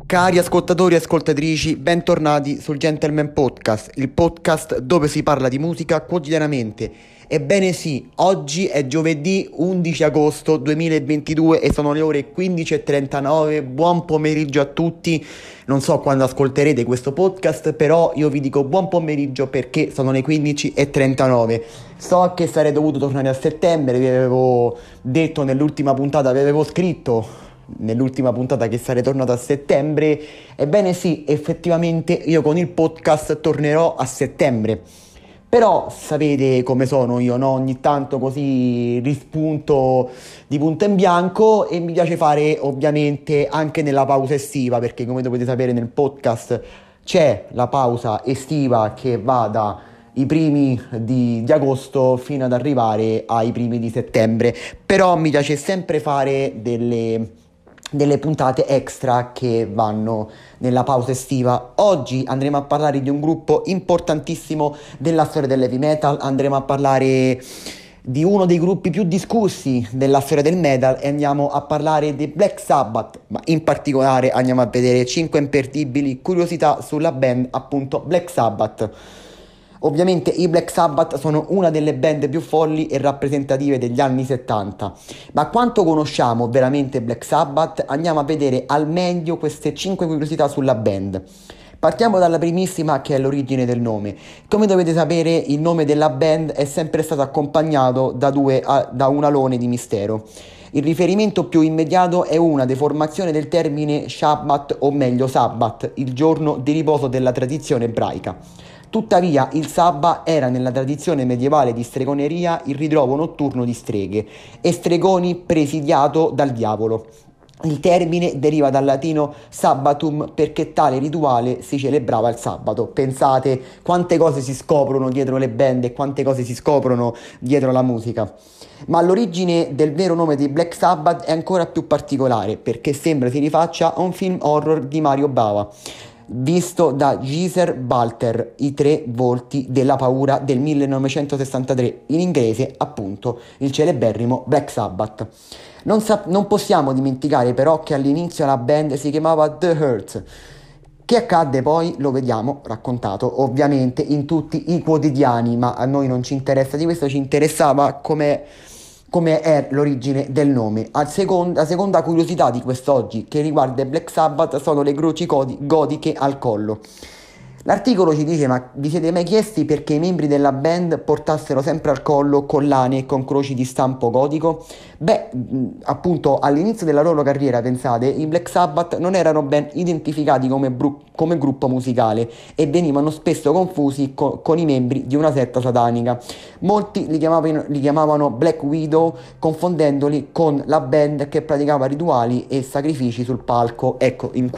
Cari ascoltatori e ascoltatrici, bentornati sul Gentleman Podcast, il podcast dove si parla di musica quotidianamente. Ebbene sì, oggi è giovedì 11 agosto 2022 e sono le ore 15:39. Buon pomeriggio a tutti. Non so quando ascolterete questo podcast, però io vi dico buon pomeriggio perché sono le 15:39. So che sarei dovuto tornare a settembre, vi avevo detto nell'ultima puntata, vi avevo scritto nell'ultima puntata che sarei tornato a settembre. Ebbene sì, effettivamente io con il podcast tornerò a settembre. Però sapete come sono io, no? Ogni tanto così rispunto di punto in bianco e mi piace fare ovviamente anche nella pausa estiva, perché come dovete sapere nel podcast c'è la pausa estiva che va dai primi di agosto fino ad arrivare ai primi di settembre. Però mi piace sempre fare delle puntate extra che vanno nella pausa estiva. Oggi andremo a parlare di un gruppo importantissimo della storia dell'heavy metal, andremo a parlare di uno dei gruppi più discussi della storia del metal e andiamo a parlare di Black Sabbath, ma in particolare andiamo a vedere 5 imperdibili curiosità sulla band, appunto Black Sabbath. Ovviamente i Black Sabbath sono una delle band più folli e rappresentative degli anni 70, ma quanto conosciamo veramente Black Sabbath? Andiamo a vedere al meglio queste 5 curiosità sulla band. Partiamo dalla primissima, che è l'origine del nome. Come dovete sapere, il nome della band è sempre stato accompagnato da un alone di mistero. Il riferimento più immediato è una deformazione del termine Shabbat, o meglio Sabbath, il giorno di riposo della tradizione ebraica. Tuttavia il sabba era nella tradizione medievale di stregoneria il ritrovo notturno di streghe e stregoni presidiato dal diavolo. Il termine deriva dal latino sabbatum perché tale rituale si celebrava il sabato. Pensate quante cose si scoprono dietro le band e quante cose si scoprono dietro la musica. Ma l'origine del vero nome di Black Sabbath è ancora più particolare perché sembra si rifaccia a un film horror di Mario Bava, visto da Geezer Butler, I tre volti della paura del 1963, in inglese appunto il celeberrimo Black Sabbath. Non possiamo dimenticare però che all'inizio la band si chiamava The Hurt. Che accadde poi lo vediamo raccontato ovviamente in tutti i quotidiani, ma a noi non ci interessa di questo, ci interessava come è l'origine del nome. La seconda curiosità di quest'oggi che riguarda i Black Sabbath sono le croci gotiche al collo. L'articolo ci dice: ma vi siete mai chiesti perché i membri della band portassero sempre al collo collane con croci di stampo gotico? Beh, appunto all'inizio della loro carriera, pensate, i Black Sabbath non erano ben identificati come gruppo musicale e venivano spesso confusi con i membri di una setta satanica. Molti li chiamavano Black Widow, confondendoli con la band che praticava rituali e sacrifici sul palco. Ecco, in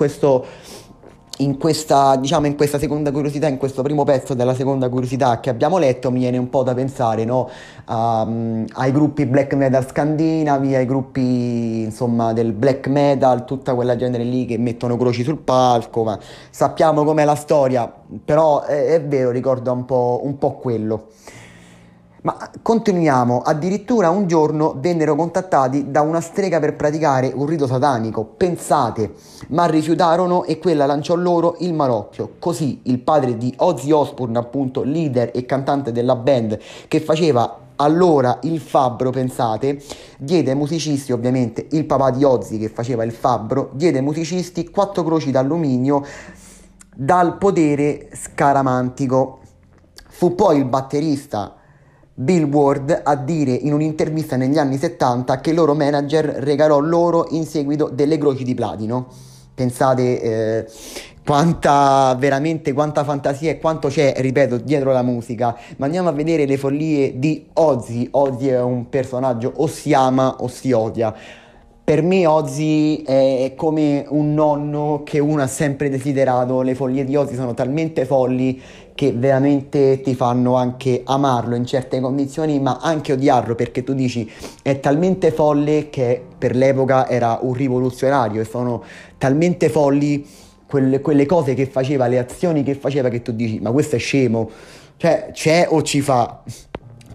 questa seconda curiosità, in questo primo pezzo della seconda curiosità che abbiamo letto, mi viene un po' da pensare, no? Ai gruppi black metal scandinavi, ai gruppi insomma del black metal, tutta quella genere lì che mettono croci sul palco, ma sappiamo com'è la storia, però è vero, ricorda un po' quello. Ma continuiamo, addirittura un giorno vennero contattati da una strega per praticare un rito satanico, pensate, ma rifiutarono e quella lanciò loro il malocchio. Così il padre di Ozzy Osbourne, appunto leader e cantante della band, che faceva allora il fabbro, pensate, diede ai musicisti, ovviamente il papà di Ozzy che faceva il fabbro, diede ai musicisti 4 croci d'alluminio dal potere scaramantico. Fu poi il batterista Bill Ward a dire in un'intervista negli anni 70 che il loro manager regalò loro in seguito delle croci di platino. Pensate quanta fantasia e quanto c'è, ripeto, dietro la musica. Ma andiamo a vedere le follie di Ozzy. Ozzy è un personaggio, o si ama o si odia. Per me Ozzy è come un nonno che uno ha sempre desiderato. Le follie di Ozzy sono talmente folli che veramente ti fanno anche amarlo in certe condizioni, ma anche odiarlo, perché tu dici è talmente folle che per l'epoca era un rivoluzionario, e sono talmente folli quelle cose che faceva, le azioni che faceva, che tu dici ma questo è scemo, cioè c'è o ci fa.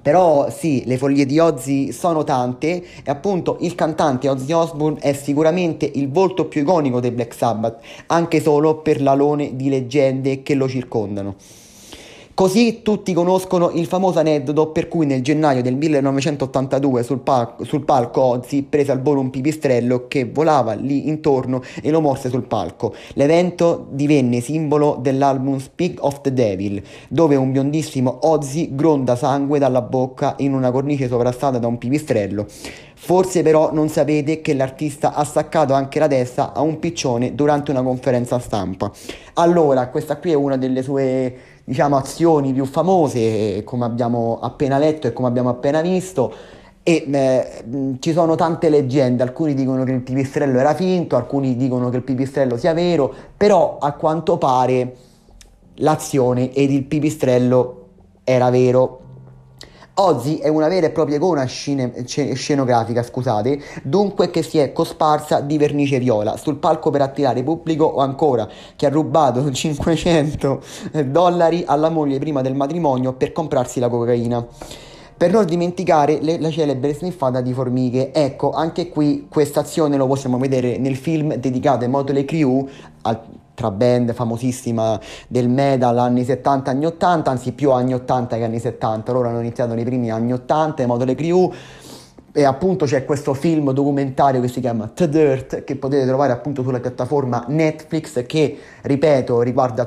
Però sì, le follie di Ozzy sono tante e appunto il cantante Ozzy Osbourne è sicuramente il volto più iconico dei Black Sabbath, anche solo per l'alone di leggende che lo circondano. Così tutti conoscono il famoso aneddoto per cui nel gennaio del 1982 sul palco Ozzy prese al volo un pipistrello che volava lì intorno e lo morse sul palco. L'evento divenne simbolo dell'album Speak of the Devil, dove un biondissimo Ozzy gronda sangue dalla bocca in una cornice sovrastata da un pipistrello. Forse però non sapete che l'artista ha staccato anche la testa a un piccione durante una conferenza stampa. Allora, questa qui è una delle sue, diciamo, azioni più famose, come abbiamo appena letto e come abbiamo appena visto. E ci sono tante leggende, alcuni dicono che il pipistrello era finto, alcuni dicono che il pipistrello sia vero, però a quanto pare l'azione ed il pipistrello era vero. Ozzy è una vera e propria icona scenografica, scusate, dunque che si è cosparsa di vernice viola sul palco per attirare pubblico o ancora che ha rubato 500 dollari alla moglie prima del matrimonio per comprarsi la cocaina. Per non dimenticare la celebre sniffata di formiche. Ecco, anche qui questa azione lo possiamo vedere nel film dedicato ai Motley Crue, tra band famosissima del metal anni 70 anni 80, anzi più anni 80 che anni 70, loro hanno iniziato nei primi anni 80, i Motley Crue, e appunto c'è questo film documentario che si chiama The Dirt, che potete trovare appunto sulla piattaforma Netflix, che, ripeto, riguarda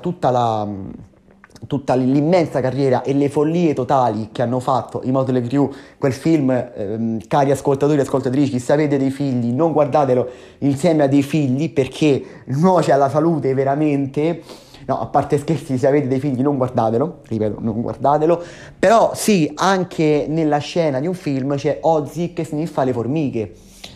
tutta l'immensa carriera e le follie totali che hanno fatto i Motley Crue. Quel film, cari ascoltatori e ascoltatrici, se avete dei figli non guardatelo insieme a dei figli, perché nuoce alla salute veramente. No, a parte scherzi, se avete dei figli non guardatelo, ripeto, non guardatelo. Però sì, anche nella scena di un film c'è Ozzy che sniffa le formiche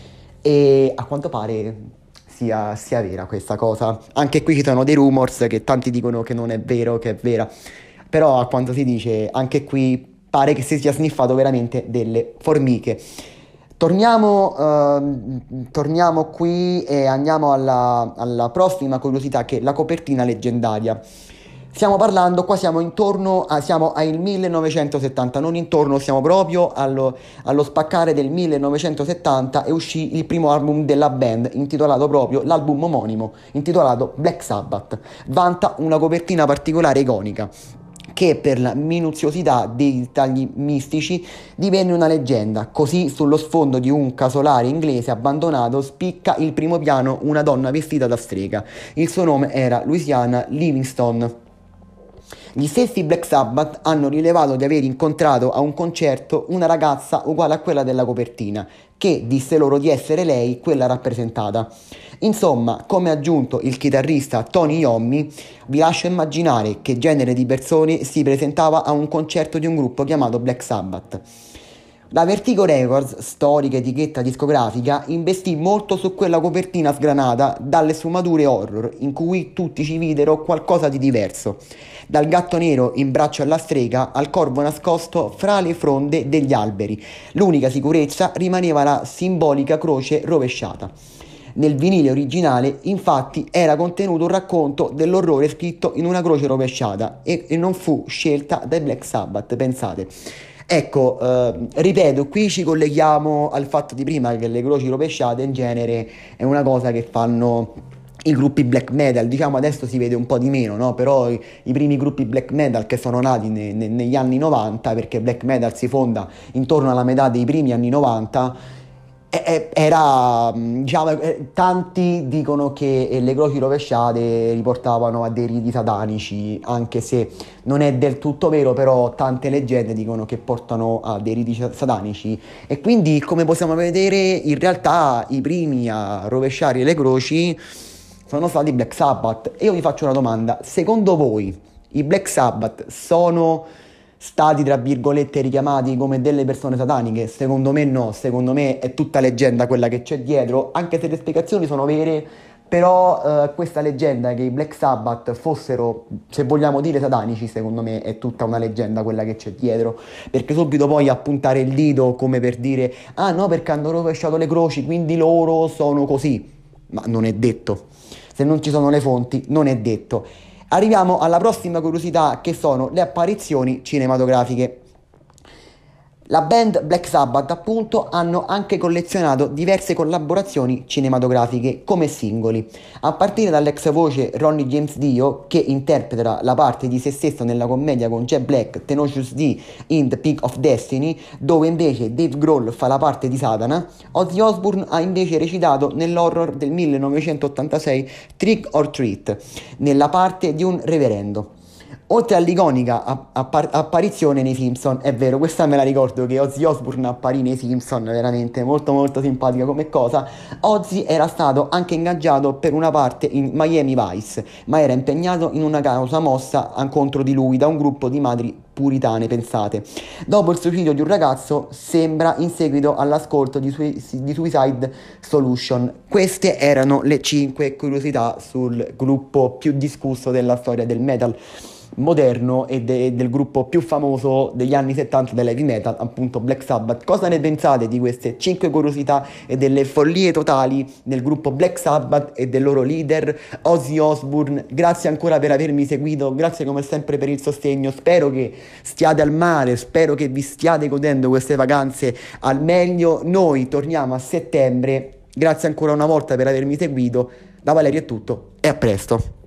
e a quanto pare sia vera questa cosa. Anche qui ci sono dei rumors che tanti dicono che non è vero, che è vera, però a quanto si dice anche qui pare che si sia sniffato veramente delle formiche. Torniamo qui e andiamo alla prossima curiosità, che è la copertina leggendaria. Stiamo parlando, qua siamo siamo al 1970, non intorno, siamo proprio allo spaccare del 1970 e uscì il primo album della band, intitolato proprio, l'album omonimo, intitolato Black Sabbath. Vanta una copertina particolare iconica, che per la minuziosità dei tagli mistici divenne una leggenda. Così sullo sfondo di un casolare inglese abbandonato spicca il primo piano una donna vestita da strega. Il suo nome era Louisiana Livingston. Gli stessi Black Sabbath hanno rilevato di aver incontrato a un concerto una ragazza uguale a quella della copertina, che disse loro di essere lei quella rappresentata. Insomma, come ha aggiunto il chitarrista Tony Iommi, vi lascio immaginare che genere di persone si presentava a un concerto di un gruppo chiamato Black Sabbath. La Vertigo Records, storica etichetta discografica, investì molto su quella copertina sgranata dalle sfumature horror, in cui tutti ci videro qualcosa di diverso, dal gatto nero in braccio alla strega al corvo nascosto fra le fronde degli alberi. L'unica sicurezza rimaneva la simbolica croce rovesciata. Nel vinile originale, infatti, era contenuto un racconto dell'orrore scritto in una croce rovesciata e non fu scelta dai Black Sabbath, pensate. Ecco, ripeto, qui ci colleghiamo al fatto di prima, che le croci rovesciate in genere è una cosa che fanno i gruppi black metal. Diciamo adesso si vede un po' di meno, no? Però i primi gruppi black metal che sono nati negli anni 90, perché black metal si fonda intorno alla metà dei primi anni 90, era, diciamo, tanti dicono che le croci rovesciate riportavano a dei riti satanici, anche se non è del tutto vero, però tante leggende dicono che portano a dei riti satanici. E quindi, come possiamo vedere, in realtà i primi a rovesciare le croci sono stati Black Sabbath. E io vi faccio una domanda: secondo voi i Black Sabbath sono stati, tra virgolette, richiamati come delle persone sataniche? Secondo me no, secondo me è tutta leggenda quella che c'è dietro, anche se le spiegazioni sono vere. Però questa leggenda che i Black Sabbath fossero, se vogliamo dire, satanici, secondo me è tutta una leggenda quella che c'è dietro, perché subito poi a puntare il dito come per dire ah no, perché hanno rovesciato le croci quindi loro sono così, ma non è detto. Se non ci sono le fonti non è detto. Arriviamo alla prossima curiosità, che sono le apparizioni cinematografiche. La band Black Sabbath, appunto, hanno anche collezionato diverse collaborazioni cinematografiche come singoli, a partire dall'ex voce Ronnie James Dio, che interpreta la parte di se stesso nella commedia con Jack Black, Tenacious D in The Peak of Destiny, dove invece Dave Grohl fa la parte di Satana. Ozzy Osbourne ha invece recitato nell'horror del 1986 Trick or Treat, nella parte di un reverendo. Oltre all'iconica apparizione nei Simpson, è vero, questa me la ricordo che Ozzy Osbourne apparì nei Simpson, veramente molto molto simpatica come cosa. Ozzy era stato anche ingaggiato per una parte in Miami Vice, ma era impegnato in una causa mossa contro di lui da un gruppo di madri puritane, pensate. Dopo il suicidio di un ragazzo, sembra in seguito all'ascolto di Suicide Solution. Queste erano le 5 curiosità sul gruppo più discusso della storia del metal moderno e del gruppo più famoso degli anni 70 dell'heavy metal, appunto Black Sabbath. Cosa ne pensate di queste 5 curiosità e delle follie totali del gruppo Black Sabbath e del loro leader Ozzy Osbourne? Grazie ancora per avermi seguito, grazie come sempre per il sostegno, spero che stiate al mare, spero che vi stiate godendo queste vacanze al meglio. Noi torniamo a settembre, grazie ancora una volta per avermi seguito. Da Valerio è tutto e a presto.